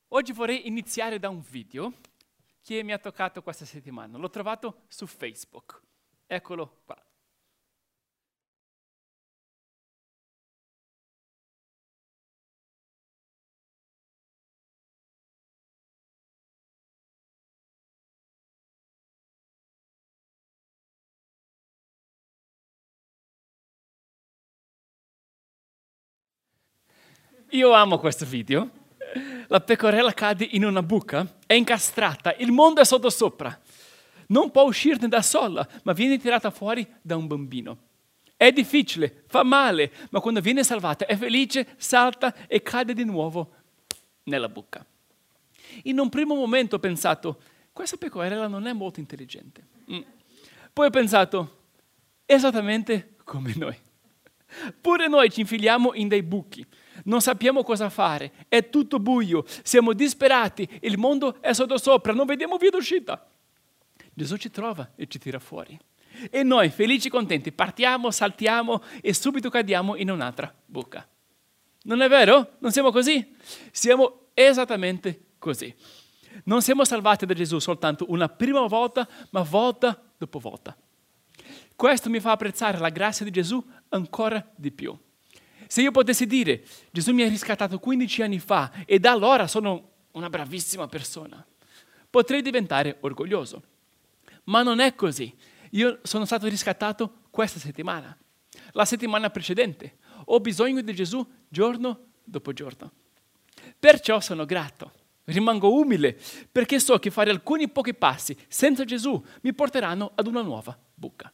Oggi vorrei iniziare da un video che mi ha toccato questa settimana. L'ho trovato su Facebook. Eccolo qua. Io amo questo video. La pecorella cade in una buca, è incastrata, il mondo è sottosopra. Non può uscirne da sola, ma viene tirata fuori da un bambino. È difficile, fa male, ma quando viene salvata è felice, salta e cade di nuovo nella buca. In un primo momento ho pensato, questa pecorella non è molto intelligente. Poi ho pensato, esattamente come noi. Pure noi ci infiliamo in dei buchi. Non sappiamo cosa fare, è tutto buio, siamo disperati, il mondo è sottosopra, non vediamo via d'uscita. Gesù ci trova e ci tira fuori. E noi, felici e contenti, partiamo, saltiamo e subito cadiamo in un'altra buca. Non è vero? Non siamo così? Siamo esattamente così. Non siamo salvati da Gesù soltanto una prima volta, ma volta dopo volta. Questo mi fa apprezzare la grazia di Gesù ancora di più. Se io potessi dire, Gesù mi ha riscattato 15 anni fa e da allora sono una bravissima persona, potrei diventare orgoglioso. Ma non è così. Io sono stato riscattato questa settimana, la settimana precedente. Ho bisogno di Gesù giorno dopo giorno. Perciò sono grato, rimango umile, perché so che fare alcuni pochi passi senza Gesù mi porteranno ad una nuova buca.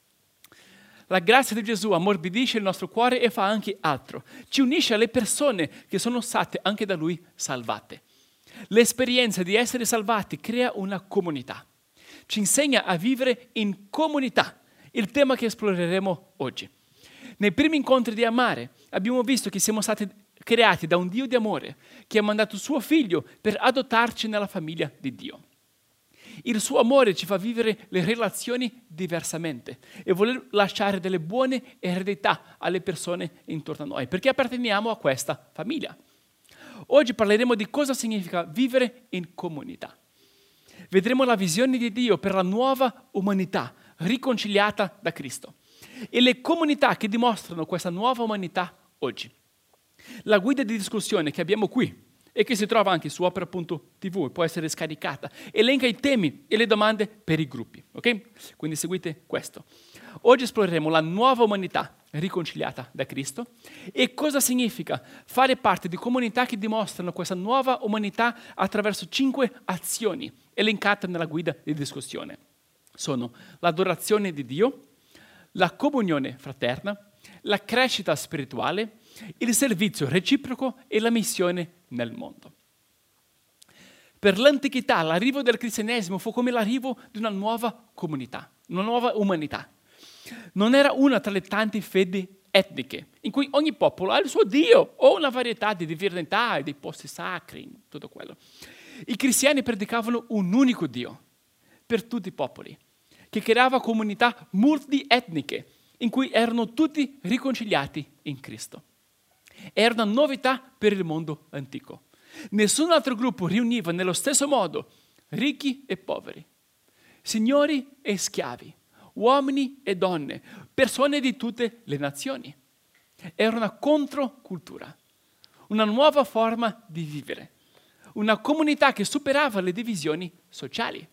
La grazia di Gesù ammorbidisce il nostro cuore e fa anche altro. Ci unisce alle persone che sono state anche da Lui salvate. L'esperienza di essere salvati crea una comunità. Ci insegna a vivere in comunità, il tema che esploreremo oggi. Nei primi incontri di Amare abbiamo visto che siamo stati creati da un Dio di amore che ha mandato suo Figlio per adottarci nella famiglia di Dio. Il suo amore ci fa vivere le relazioni diversamente e voler lasciare delle buone eredità alle persone intorno a noi, perché apparteniamo a questa famiglia. Oggi parleremo di cosa significa vivere in comunità. Vedremo la visione di Dio per la nuova umanità riconciliata da Cristo e le comunità che dimostrano questa nuova umanità oggi. La guida di discussione che abbiamo qui e che si trova anche su opera.tv, può essere scaricata, elenca i temi e le domande per i gruppi, ok? Quindi seguite questo. Oggi esploreremo la nuova umanità riconciliata da Cristo e cosa significa fare parte di comunità che dimostrano questa nuova umanità attraverso 5 azioni elencate nella guida di discussione. Sono l'adorazione di Dio, la comunione fraterna, la crescita spirituale, il servizio reciproco e la missione nel mondo. Per l'antichità l'arrivo del cristianesimo fu come l'arrivo di una nuova comunità, una nuova umanità. Non era una tra le tante fedi etniche, in cui ogni popolo ha il suo Dio o una varietà di divinità e dei posti sacri, tutto quello. I cristiani predicavano un unico Dio per tutti i popoli, che creava comunità multietniche, in cui erano tutti riconciliati in Cristo. Era una novità per il mondo antico. Nessun altro gruppo riuniva nello stesso modo ricchi e poveri, signori e schiavi, uomini e donne, persone di tutte le nazioni. Era una controcultura, una nuova forma di vivere, una comunità che superava le divisioni sociali.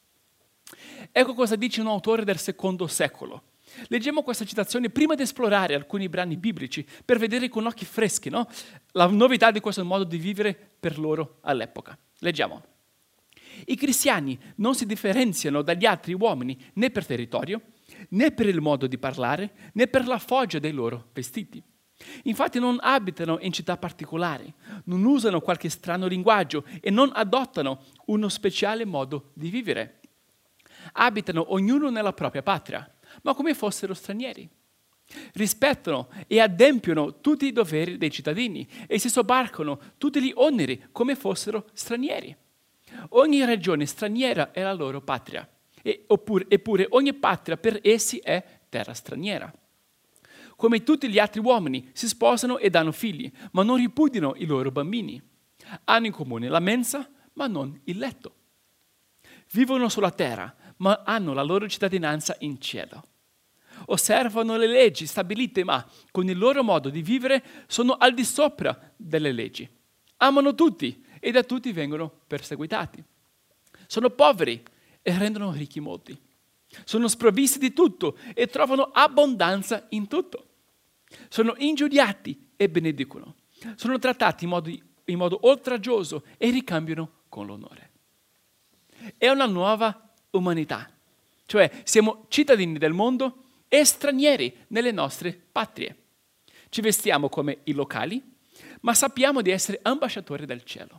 Ecco cosa dice un autore del secondo secolo. Leggiamo questa citazione prima di esplorare alcuni brani biblici per vedere con occhi freschi, no? La novità di questo modo di vivere per loro all'epoca. Leggiamo. I cristiani non si differenziano dagli altri uomini né per territorio, né per il modo di parlare, né per la foggia dei loro vestiti. Infatti non abitano in città particolari, non usano qualche strano linguaggio e non adottano uno speciale modo di vivere. Abitano ognuno nella propria patria, ma come fossero stranieri. Rispettano e adempiono tutti i doveri dei cittadini e si sobbarcano tutti gli oneri come fossero stranieri. Ogni regione straniera è la loro patria, eppure ogni patria per essi è terra straniera. Come tutti gli altri uomini si sposano e danno figli, ma non ripudiano i loro bambini. Hanno in comune la mensa, ma non il letto. Vivono sulla terra, ma hanno la loro cittadinanza in cielo. Osservano le leggi stabilite, ma con il loro modo di vivere sono al di sopra delle leggi. Amano tutti e da tutti vengono perseguitati. Sono poveri e rendono ricchi molti. Sono sprovvisti di tutto e trovano abbondanza in tutto. Sono ingiuriati e benedicono. Sono trattati in modo oltraggioso e ricambiano con l'onore. È una nuova umanità, cioè siamo cittadini del mondo e stranieri nelle nostre patrie. Ci vestiamo come i locali, ma sappiamo di essere ambasciatori del cielo.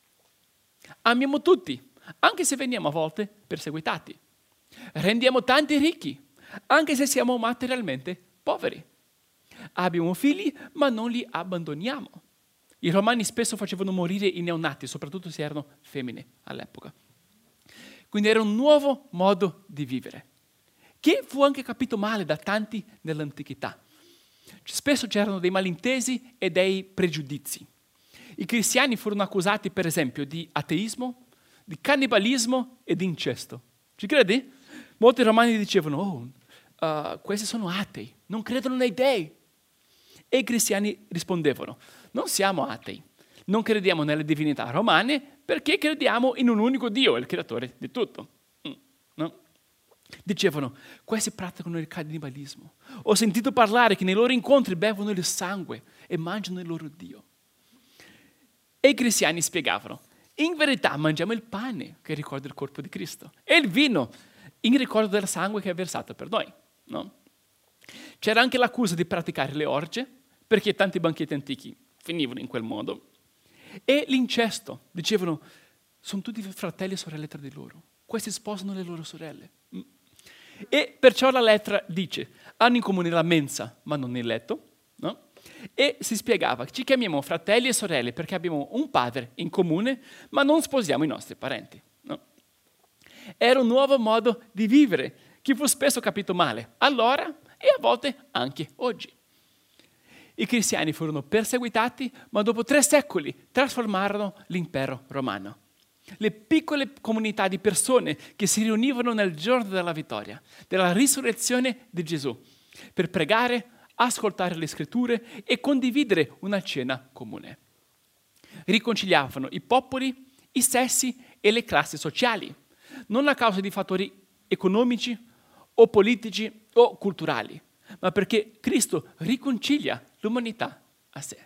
Amiamo tutti, anche se veniamo a volte perseguitati. Rendiamo tanti ricchi, anche se siamo materialmente poveri. Abbiamo figli, ma non li abbandoniamo. I romani spesso facevano morire i neonati, soprattutto se erano femmine all'epoca. Quindi era un nuovo modo di vivere, che fu anche capito male da tanti nell'antichità. Spesso c'erano dei malintesi e dei pregiudizi. I cristiani furono accusati, per esempio, di ateismo, di cannibalismo e di incesto. Ci credi? Molti romani dicevano, questi sono atei, non credono nei dei. E i cristiani rispondevano, non siamo atei, non crediamo nelle divinità romane perché crediamo in un unico Dio, il creatore di tutto. No? Dicevano, questi praticano il cannibalismo. Ho sentito parlare che nei loro incontri bevono il sangue e mangiano il loro Dio. E i cristiani spiegavano, in verità mangiamo il pane che ricorda il corpo di Cristo e il vino in ricordo del sangue che è versato per noi. No? C'era anche l'accusa di praticare le orge, perché tanti banchetti antichi finivano in quel modo. E l'incesto, dicevano, sono tutti fratelli e sorelle tra di loro. Questi sposano le loro sorelle. E perciò la lettera dice, hanno in comune la mensa, ma non il letto. No? E si spiegava, ci chiamiamo fratelli e sorelle perché abbiamo un padre in comune, ma non sposiamo i nostri parenti. No? Era un nuovo modo di vivere, che fu spesso capito male, allora e a volte anche oggi. I cristiani furono perseguitati, ma dopo 3 secoli trasformarono l'impero romano. Le piccole comunità di persone che si riunivano nel giorno della vittoria, della risurrezione di Gesù, per pregare, ascoltare le scritture e condividere una cena comune. Riconciliavano i popoli, i sessi e le classi sociali, non a causa di fattori economici o politici o culturali, ma perché Cristo riconcilia l'umanità a sé.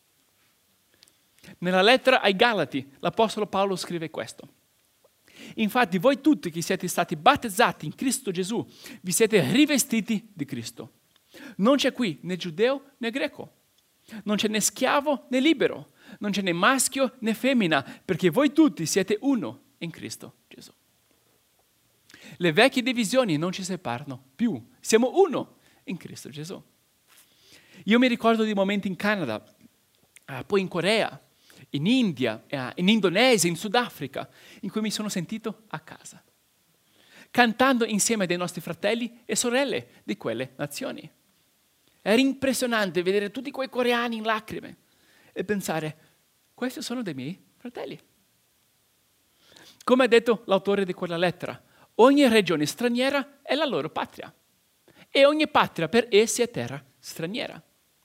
Nella lettera ai Galati, l'Apostolo Paolo scrive questo. Infatti voi tutti che siete stati battezzati in Cristo Gesù, vi siete rivestiti di Cristo. Non c'è qui né giudeo né greco, non c'è né schiavo né libero, non c'è né maschio né femmina, perché voi tutti siete uno in Cristo Gesù. Le vecchie divisioni non ci separano più, siamo uno in Cristo Gesù. Io mi ricordo di momenti in Canada, poi in Corea, in India, in Indonesia, in Sudafrica, in cui mi sono sentito a casa, cantando insieme dei nostri fratelli e sorelle di quelle nazioni. Era impressionante vedere tutti quei coreani in lacrime e pensare, questi sono dei miei fratelli. Come ha detto l'autore di quella lettera, ogni regione straniera è la loro patria e ogni patria per essi è terra straniera.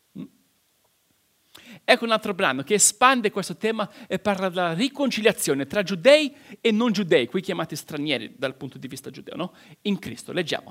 Ecco un altro brano che espande questo tema e parla della riconciliazione tra giudei e non giudei, qui chiamati stranieri dal punto di vista giudeo, no? In Cristo. Leggiamo.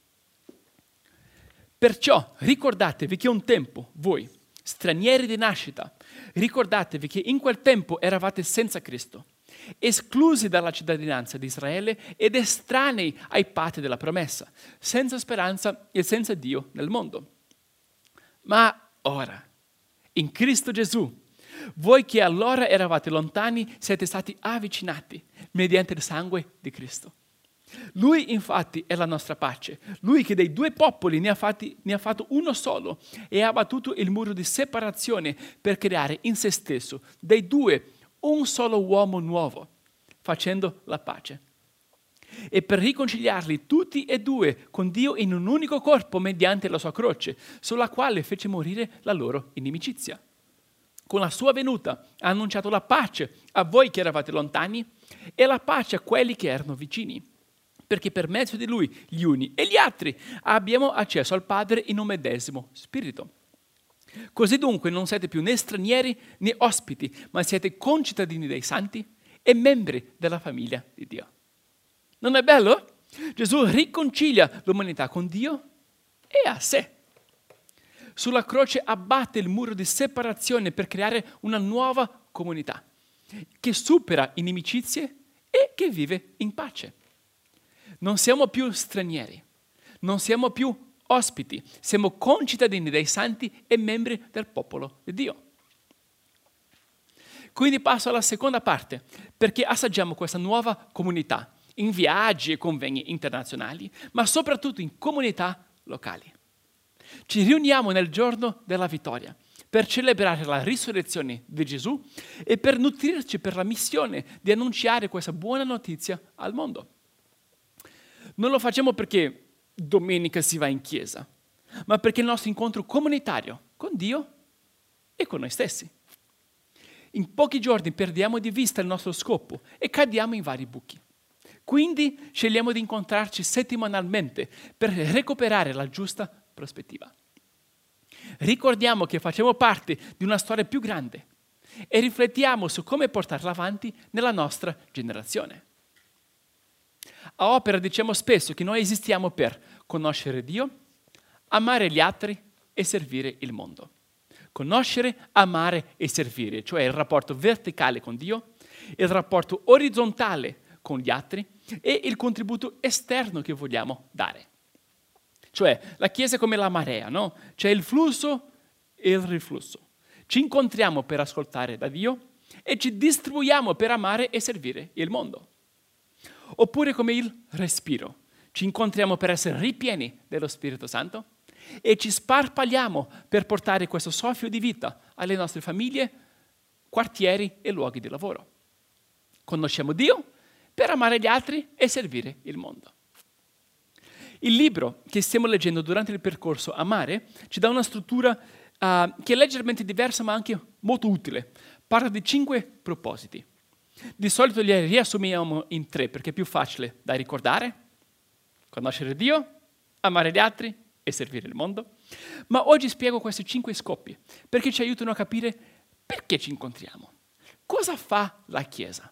Perciò ricordatevi che un tempo voi, stranieri di nascita, ricordatevi che in quel tempo eravate senza Cristo, esclusi dalla cittadinanza di Israele ed estranei ai patti della promessa, senza speranza e senza Dio nel mondo. Ma ora, in Cristo Gesù, voi che allora eravate lontani siete stati avvicinati mediante il sangue di Cristo. Lui infatti è la nostra pace, lui che dei 2 popoli ne ha fatto uno solo e ha abbattuto il muro di separazione per creare in se stesso dei 2 un solo uomo nuovo, facendo la pace. E per riconciliarli tutti e 2 con Dio in un unico corpo mediante la sua croce, sulla quale fece morire la loro inimicizia. con la sua venuta ha annunciato la pace a voi che eravate lontani e la pace a quelli che erano vicini, perché per mezzo di Lui, gli uni e gli altri, abbiamo accesso al Padre in un medesimo spirito. Così dunque non siete più né stranieri né ospiti, ma siete concittadini dei santi e membri della famiglia di Dio. Non è bello? Gesù riconcilia l'umanità con Dio e a sé. Sulla croce abbatte il muro di separazione per creare una nuova comunità che supera inimicizie e che vive in pace. Non siamo più stranieri, non siamo più ospiti, siamo concittadini dei santi e membri del popolo di Dio. Quindi passo alla seconda parte, perché assaggiamo questa nuova comunità in viaggi e convegni internazionali, ma soprattutto in comunità locali. Ci riuniamo nel giorno della vittoria per celebrare la risurrezione di Gesù e per nutrirci per la missione di annunciare questa buona notizia al mondo. Non lo facciamo perché domenica si va in chiesa, ma perché il nostro incontro comunitario con Dio e con noi stessi. In pochi giorni perdiamo di vista il nostro scopo e cadiamo in vari buchi. Quindi scegliamo di incontrarci settimanalmente per recuperare la giusta prospettiva. Ricordiamo che facciamo parte di una storia più grande e riflettiamo su come portarla avanti nella nostra generazione. A Opera diciamo spesso che noi esistiamo per conoscere Dio, amare gli altri e servire il mondo. Conoscere, amare e servire, cioè il rapporto verticale con Dio, il rapporto orizzontale con gli altri e il contributo esterno che vogliamo dare. Cioè la Chiesa è come la marea, no? C'è il flusso e il riflusso. Ci incontriamo per ascoltare da Dio e ci distribuiamo per amare e servire il mondo. Oppure come il respiro. Ci incontriamo per essere ripieni dello Spirito Santo e ci sparpagliamo per portare questo soffio di vita alle nostre famiglie, quartieri e luoghi di lavoro. Conosciamo Dio per amare gli altri e servire il mondo. Il libro che stiamo leggendo durante il percorso Amare ci dà una struttura che è leggermente diversa ma anche molto utile. Parla di 5 propositi. Di solito li riassumiamo in 3 perché è più facile da ricordare: conoscere Dio, amare gli altri e servire il mondo. Ma oggi spiego questi 5 scopi perché ci aiutano a capire perché ci incontriamo. Cosa fa la Chiesa?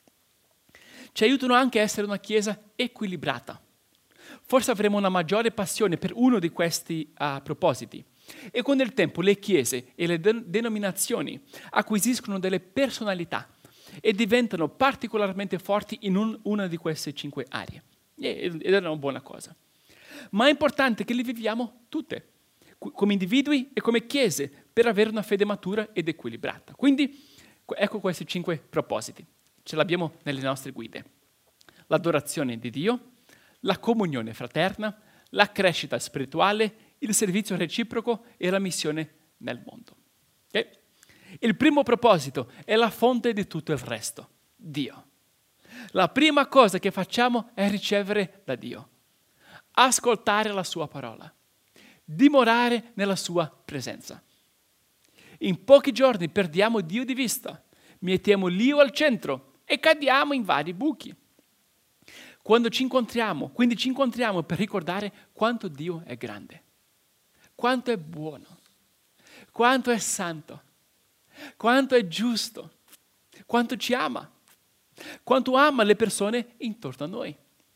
Ci aiutano anche a essere una Chiesa equilibrata. Forse avremo una maggiore passione per uno di questi propositi. E con il tempo le chiese e le denominazioni acquisiscono delle personalità e diventano particolarmente forti in una di queste 5 aree. Ed è una buona cosa. Ma è importante che le viviamo tutte, come individui e come chiese, per avere una fede matura ed equilibrata. Quindi ecco questi 5 propositi. Ce l'abbiamo nelle nostre guide. L'adorazione di Dio, la comunione fraterna, la crescita spirituale, il servizio reciproco e la missione nel mondo. Okay? Il primo proposito è la fonte di tutto il resto, Dio. La prima cosa che facciamo è ricevere da Dio, ascoltare la sua parola, dimorare nella sua presenza. In pochi giorni perdiamo Dio di vista, mettiamo l'io al centro e cadiamo in vari buchi. Quindi ci incontriamo per ricordare quanto Dio è grande, quanto è buono, quanto è santo, quanto è giusto, quanto ci ama, quanto ama le persone intorno a noi.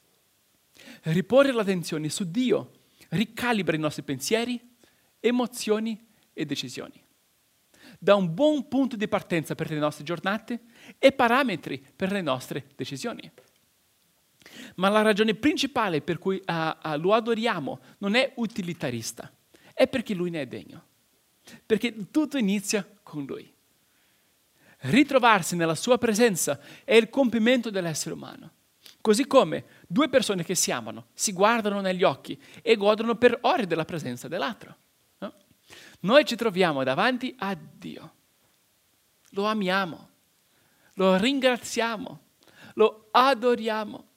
Riporre l'attenzione su Dio ricalibra i nostri pensieri, emozioni e decisioni. Dà un buon punto di partenza per le nostre giornate e parametri per le nostre decisioni. Ma la ragione principale per cui lo adoriamo non è utilitarista, è perché Lui ne è degno, perché tutto inizia con Lui. Ritrovarsi nella Sua presenza è il compimento dell'essere umano, così come 2 persone che si amano, si guardano negli occhi e godono per ore della presenza dell'altro. No? Noi ci troviamo davanti a Dio, lo amiamo, lo ringraziamo, lo adoriamo.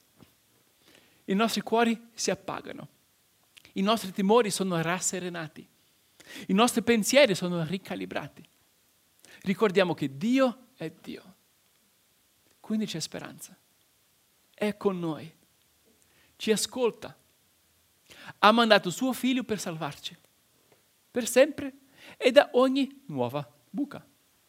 I nostri cuori si appagano, i nostri timori sono rasserenati, i nostri pensieri sono ricalibrati. ricordiamo che Dio è Dio. Quindi c'è speranza. È con noi. Ci ascolta. Ha mandato suo figlio per salvarci. Per sempre e da ogni nuova buca.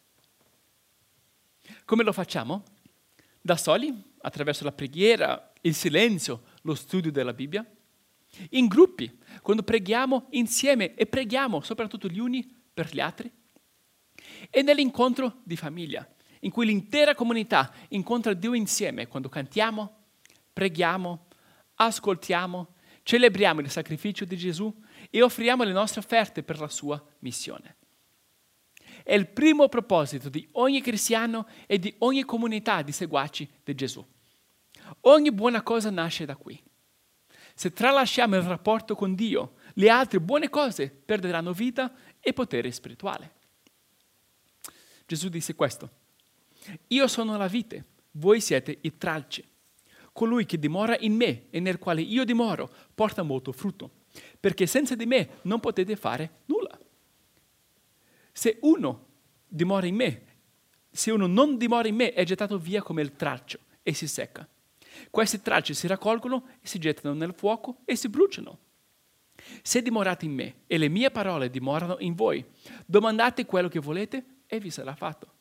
Come lo facciamo? Da soli, attraverso la preghiera, il silenzio, lo studio della Bibbia. In gruppi, quando preghiamo insieme e preghiamo soprattutto gli uni per gli altri. E nell'incontro di famiglia, in cui l'intera comunità incontra Dio insieme quando cantiamo, preghiamo, ascoltiamo, celebriamo il sacrificio di Gesù e offriamo le nostre offerte per la sua missione. È il primo proposito di ogni cristiano e di ogni comunità di seguaci di Gesù. Ogni buona cosa nasce da qui. Se tralasciamo il rapporto con Dio, le altre buone cose perderanno vita e potere spirituale. Gesù disse questo: io sono la vite, voi siete i tralci. Colui che dimora in me e nel quale io dimoro porta molto frutto, perché senza di me non potete fare nulla. Se uno dimora in me, se uno non dimora in me, è gettato via come il tralcio e si secca. Questi tralci si raccolgono e si gettano nel fuoco e si bruciano. Se dimorate in me e le mie parole dimorano in voi, domandate quello che volete e vi sarà fatto.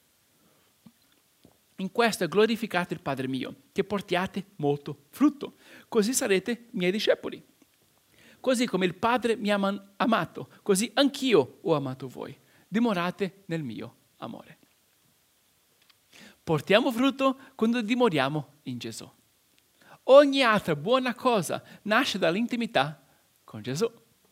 In questo è glorificato il Padre mio, che portiate molto frutto, così sarete miei discepoli. Così come il Padre mi ha amato, così anch'io ho amato voi. Dimorate nel mio amore. Portiamo frutto quando dimoriamo in Gesù. Ogni altra buona cosa nasce dall'intimità con Gesù.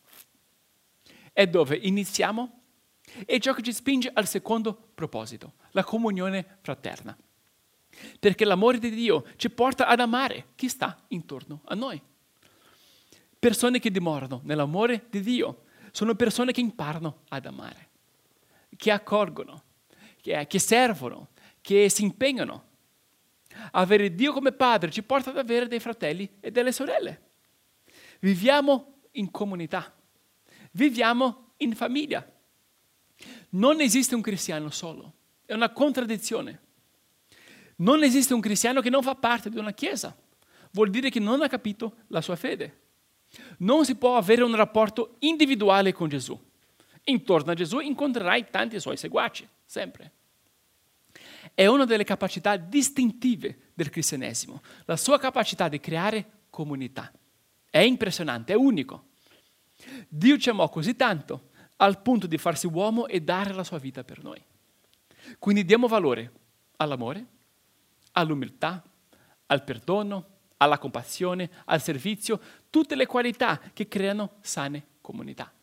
È dove iniziamo e ciò che ci spinge al secondo proposito, la comunione fraterna. Perché l'amore di Dio ci porta ad amare chi sta intorno a noi. Persone che dimorano nell'amore di Dio sono persone che imparano ad amare, che accolgono, che servono, che si impegnano. Avere Dio come padre ci porta ad avere dei fratelli e delle sorelle. Viviamo in comunità, viviamo in famiglia. Non esiste un cristiano solo, è una contraddizione. Non esiste un cristiano che non fa parte di una chiesa, vuol dire che non ha capito la sua fede. Non si può avere un rapporto individuale con Gesù. Intorno a Gesù incontrerai tanti suoi seguaci, sempre. È una delle capacità distintive del cristianesimo, la sua capacità di creare comunità. È impressionante, è unico. Dio ci amò così tanto al punto di farsi uomo e dare la sua vita per noi. Quindi diamo valore all'amore, all'umiltà, al perdono, alla compassione, al servizio, tutte le qualità che creano sane comunità.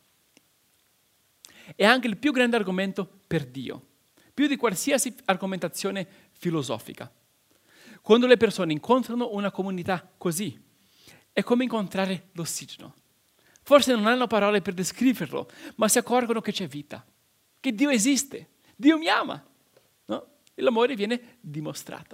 È anche il più grande argomento per Dio, più di qualsiasi argomentazione filosofica. Quando le persone incontrano una comunità così, è come incontrare l'ossigeno. Forse non hanno parole per descriverlo, ma si accorgono che c'è vita, che Dio esiste, Dio mi ama. No? E l'amore viene dimostrato.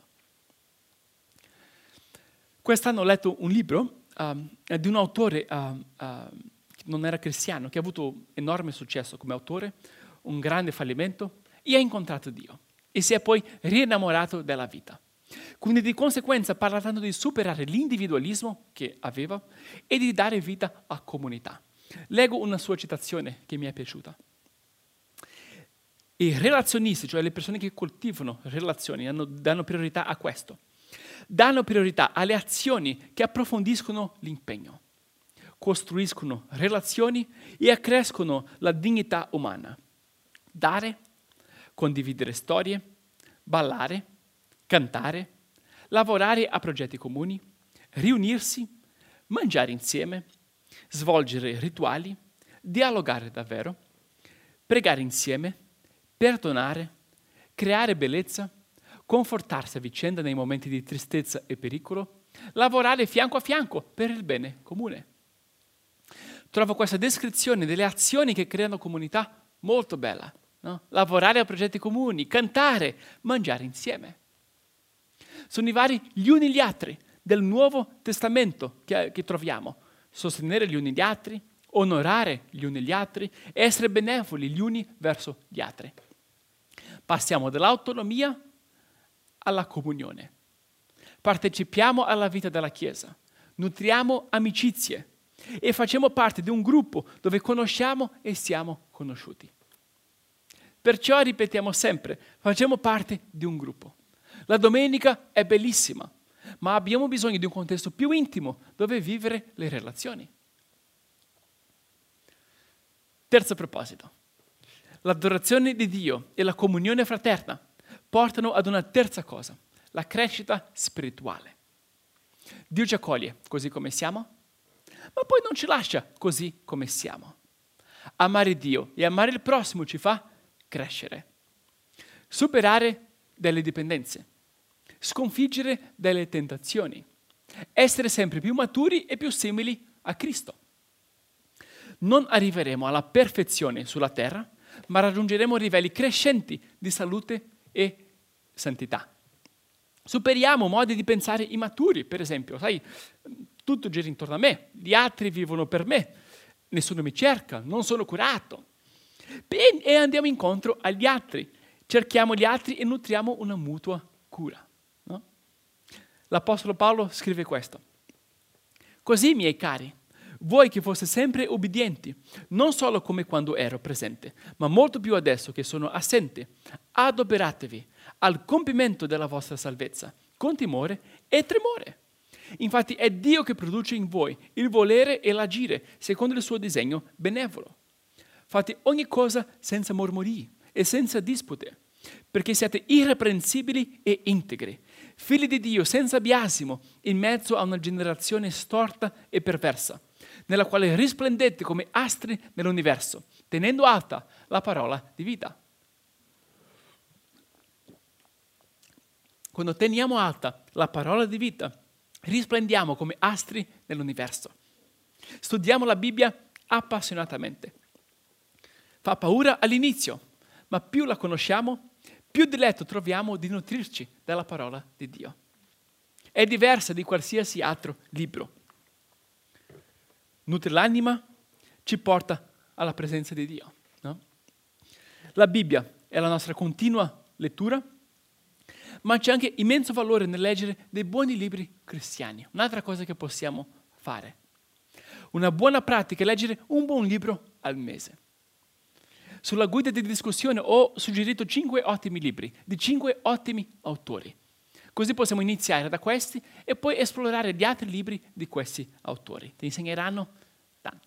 Quest'anno ho letto un libro di un autore che non era cristiano, che ha avuto enorme successo come autore, un grande fallimento, e ha incontrato Dio e si è poi rinnamorato della vita. Quindi di conseguenza parla tanto di superare l'individualismo che aveva e di dare vita a comunità. Leggo una sua citazione che mi è piaciuta. I relazionisti, cioè le persone che coltivano relazioni, danno priorità a questo. Danno priorità alle azioni che approfondiscono l'impegno, costruiscono relazioni e accrescono la dignità umana. Dare, condividere storie, ballare, cantare, lavorare a progetti comuni, riunirsi, mangiare insieme, svolgere rituali, dialogare davvero, pregare insieme, perdonare, creare bellezza, confortarsi a vicenda nei momenti di tristezza e pericolo, lavorare fianco a fianco per il bene comune. Trovo questa descrizione delle azioni che creano comunità molto bella. No? Lavorare a progetti comuni, cantare, mangiare insieme. Sono i vari gli uni gli altri del Nuovo Testamento che troviamo. Sostenere gli uni gli altri, onorare gli uni gli altri, essere benevoli gli uni verso gli altri. Passiamo dall'autonomia alla comunione. Partecipiamo alla vita della Chiesa, nutriamo amicizie e facciamo parte di un gruppo dove conosciamo e siamo conosciuti. Perciò ripetiamo sempre, facciamo parte di un gruppo. La domenica è bellissima, ma abbiamo bisogno di un contesto più intimo dove vivere le relazioni. Terzo proposito. L'adorazione di Dio e la comunione fraterna portano ad una terza cosa, la crescita spirituale. Dio ci accoglie così come siamo, ma poi non ci lascia così come siamo. Amare Dio e amare il prossimo ci fa crescere, superare delle dipendenze, sconfiggere delle tentazioni, essere sempre più maturi e più simili a Cristo. Non arriveremo alla perfezione sulla terra, ma raggiungeremo livelli crescenti di salute e santità. Superiamo modi di pensare immaturi, per esempio, sai, tutto gira intorno a me, gli altri vivono per me, nessuno mi cerca, non sono curato. E andiamo incontro agli altri, cerchiamo gli altri e nutriamo una mutua cura. No? L'Apostolo Paolo scrive questo. Così, miei cari, voi che foste sempre ubbidienti, non solo come quando ero presente, ma molto più adesso che sono assente, adoperatevi al compimento della vostra salvezza, con timore e tremore. Infatti è Dio che produce in voi il volere e l'agire, secondo il suo disegno benevolo. Fate ogni cosa senza mormorii e senza dispute, perché siate irreprensibili e integri, figli di Dio senza biasimo, in mezzo a una generazione storta e perversa, nella quale risplendete come astri nell'universo, tenendo alta la parola di vita. Quando teniamo alta la parola di vita, risplendiamo come astri nell'universo. Studiamo la Bibbia appassionatamente. Fa paura all'inizio, ma più la conosciamo, più diletto troviamo di nutrirci dalla parola di Dio. È diversa di qualsiasi altro libro. Nutre l'anima, ci porta alla presenza di Dio. No? La Bibbia è la nostra continua lettura, ma c'è anche immenso valore nel leggere dei buoni libri cristiani. Un'altra cosa che possiamo fare. Una buona pratica è leggere un buon libro al mese. Sulla guida di discussione ho suggerito 5 ottimi libri di 5 ottimi autori. Così possiamo iniziare da questi e poi esplorare gli altri libri di questi autori. Ti insegneranno tanto.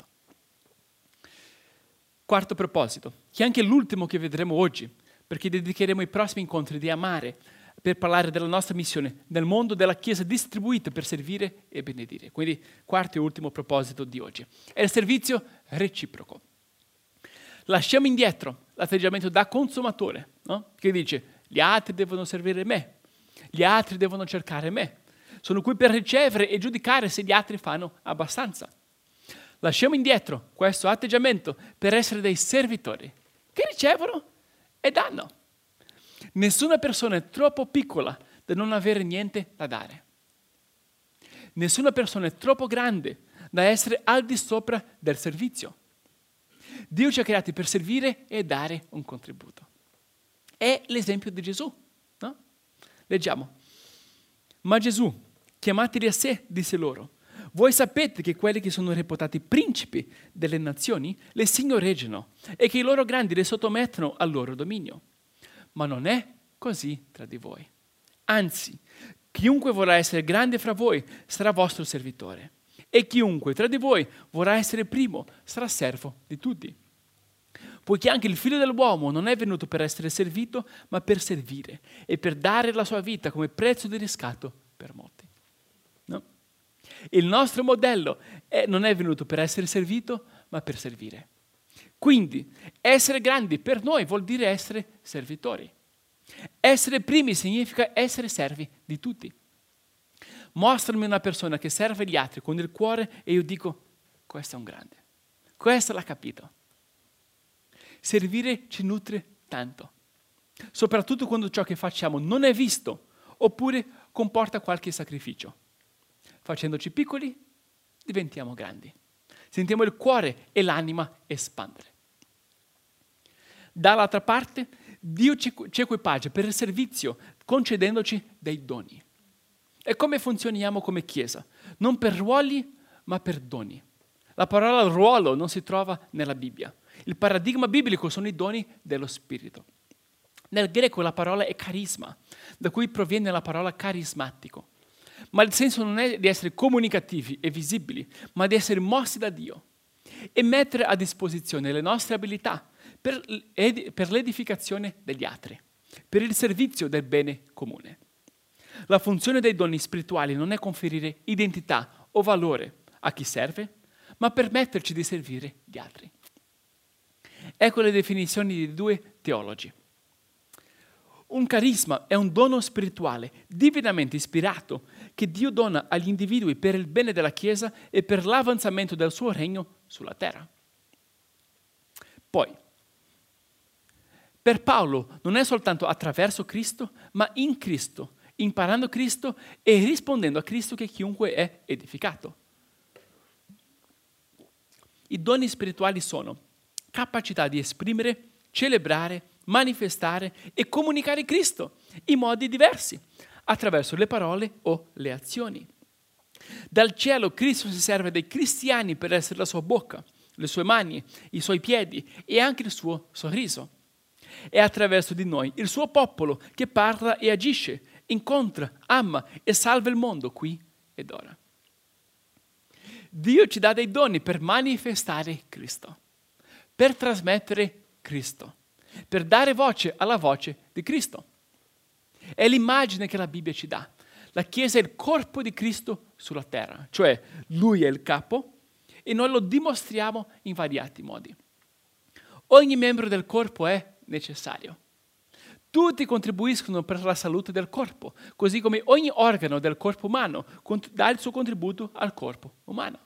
Quarto proposito, che è anche l'ultimo che vedremo oggi, perché dedicheremo i prossimi incontri di amare per parlare della nostra missione nel mondo della Chiesa distribuita per servire e benedire. Quindi quarto e ultimo proposito di oggi. È il servizio reciproco. Lasciamo indietro l'atteggiamento da consumatore, no? Che dice, gli altri devono servire me, gli altri devono cercare me, sono qui per ricevere e giudicare se gli altri fanno abbastanza. Lasciamo indietro questo atteggiamento per essere dei servitori che ricevono e danno. Nessuna persona è troppo piccola da non avere niente da dare. Nessuna persona è troppo grande da essere al di sopra del servizio. Dio ci ha creati per servire e dare un contributo. È l'esempio di Gesù, no? Leggiamo. Ma Gesù, chiamateli a sé, disse loro, voi sapete che quelli che sono reputati principi delle nazioni le signoreggiano e che i loro grandi le sottomettono al loro dominio. Ma non è così tra di voi. Anzi, chiunque vorrà essere grande fra voi sarà vostro servitore. E chiunque tra di voi vorrà essere primo sarà servo di tutti. Poiché anche il Figlio dell'uomo non è venuto per essere servito, ma per servire e per dare la sua vita come prezzo di riscatto per molti. No? Il nostro modello non è venuto per essere servito, ma per servire. Quindi, essere grandi per noi vuol dire essere servitori. Essere primi significa essere servi di tutti. Mostrami una persona che serve gli altri con il cuore e io dico, questo è un grande. Questo l'ha capito. Servire ci nutre tanto, soprattutto quando ciò che facciamo non è visto oppure comporta qualche sacrificio. Facendoci piccoli, diventiamo grandi. Sentiamo il cuore e l'anima espandere. Dall'altra parte, Dio ci equipaggia per il servizio concedendoci dei doni. E come funzioniamo come Chiesa? Non per ruoli, ma per doni. La parola ruolo non si trova nella Bibbia. Il paradigma biblico sono i doni dello Spirito. Nel greco la parola è carisma, da cui proviene la parola carismatico. Ma il senso non è di essere comunicativi e visibili, ma di essere mossi da Dio e mettere a disposizione le nostre abilità per l'edificazione degli altri, per il servizio del bene comune. La funzione dei doni spirituali non è conferire identità o valore a chi serve, ma permetterci di servire gli altri. Ecco le definizioni di due teologi. Un carisma è un dono spirituale divinamente ispirato che Dio dona agli individui per il bene della Chiesa e per l'avanzamento del suo regno sulla terra. Poi, per Paolo non è soltanto attraverso Cristo, ma in Cristo, imparando Cristo e rispondendo a Cristo che chiunque è edificato. I doni spirituali sono capacità di esprimere, celebrare, manifestare e comunicare Cristo in modi diversi, attraverso le parole o le azioni. Dal cielo Cristo si serve dei cristiani per essere la sua bocca, le sue mani, i suoi piedi e anche il suo sorriso. È attraverso di noi il suo popolo che parla e agisce, incontra, ama e salva il mondo qui ed ora. Dio ci dà dei doni per manifestare Cristo, per trasmettere Cristo, per dare voce alla voce di Cristo. È l'immagine che la Bibbia ci dà. La Chiesa è il corpo di Cristo sulla terra, cioè Lui è il capo e noi lo dimostriamo in variati modi. Ogni membro del corpo è necessario. Tutti contribuiscono per la salute del corpo, così come ogni organo del corpo umano dà il suo contributo al corpo umano.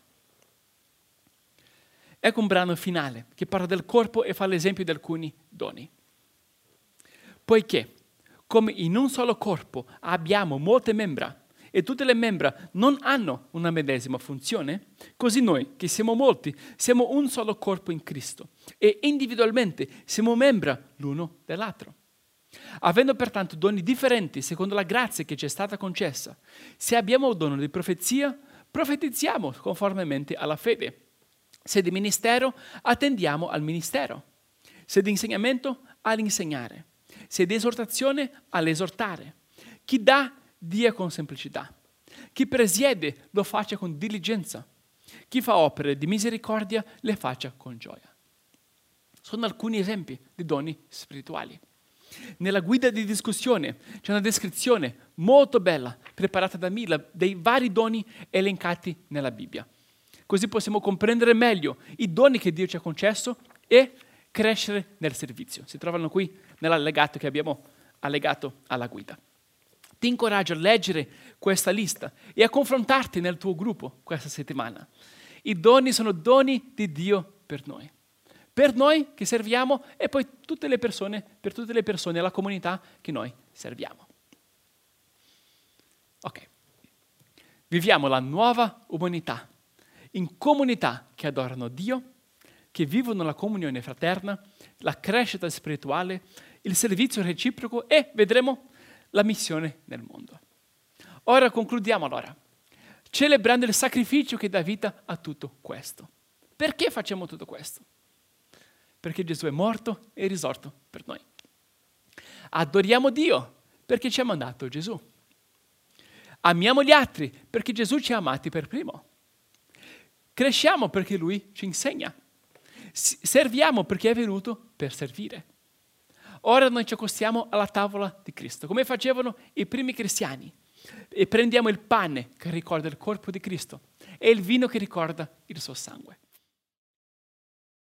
Ecco un brano finale che parla del corpo e fa l'esempio di alcuni doni. Poiché, come in un solo corpo abbiamo molte membra e tutte le membra non hanno una medesima funzione, così noi, che siamo molti, siamo un solo corpo in Cristo e individualmente siamo membra l'uno dell'altro. Avendo pertanto doni differenti secondo la grazia che ci è stata concessa, se abbiamo il dono di profezia, profetizziamo conformemente alla fede. Se di ministero, attendiamo al ministero. Se di insegnamento, all'insegnare. Se di esortazione, all'esortare. Chi dà, dia con semplicità. Chi presiede, lo faccia con diligenza. Chi fa opere di misericordia, le faccia con gioia. Sono alcuni esempi di doni spirituali. Nella guida di discussione c'è una descrizione molto bella, preparata da Mila, dei vari doni elencati nella Bibbia. Così possiamo comprendere meglio i doni che Dio ci ha concesso e crescere nel servizio. Si trovano qui nell'allegato che abbiamo allegato alla guida. Ti incoraggio a leggere questa lista e a confrontarti nel tuo gruppo questa settimana. I doni sono doni di Dio per noi che serviamo e poi per tutte le persone, la comunità che noi serviamo. Ok, viviamo la nuova umanità in comunità che adorano Dio, che vivono la comunione fraterna, la crescita spirituale, il servizio reciproco e, vedremo, la missione nel mondo. Ora concludiamo celebrando il sacrificio che dà vita a tutto questo. Perché facciamo tutto questo? Perché Gesù è morto e risorto per noi. Adoriamo Dio perché ci ha mandato Gesù. Amiamo gli altri perché Gesù ci ha amati per primo. Cresciamo perché Lui ci insegna. Serviamo perché è venuto per servire. Ora noi ci accostiamo alla tavola di Cristo, come facevano i primi cristiani, e prendiamo il pane che ricorda il corpo di Cristo e il vino che ricorda il suo sangue.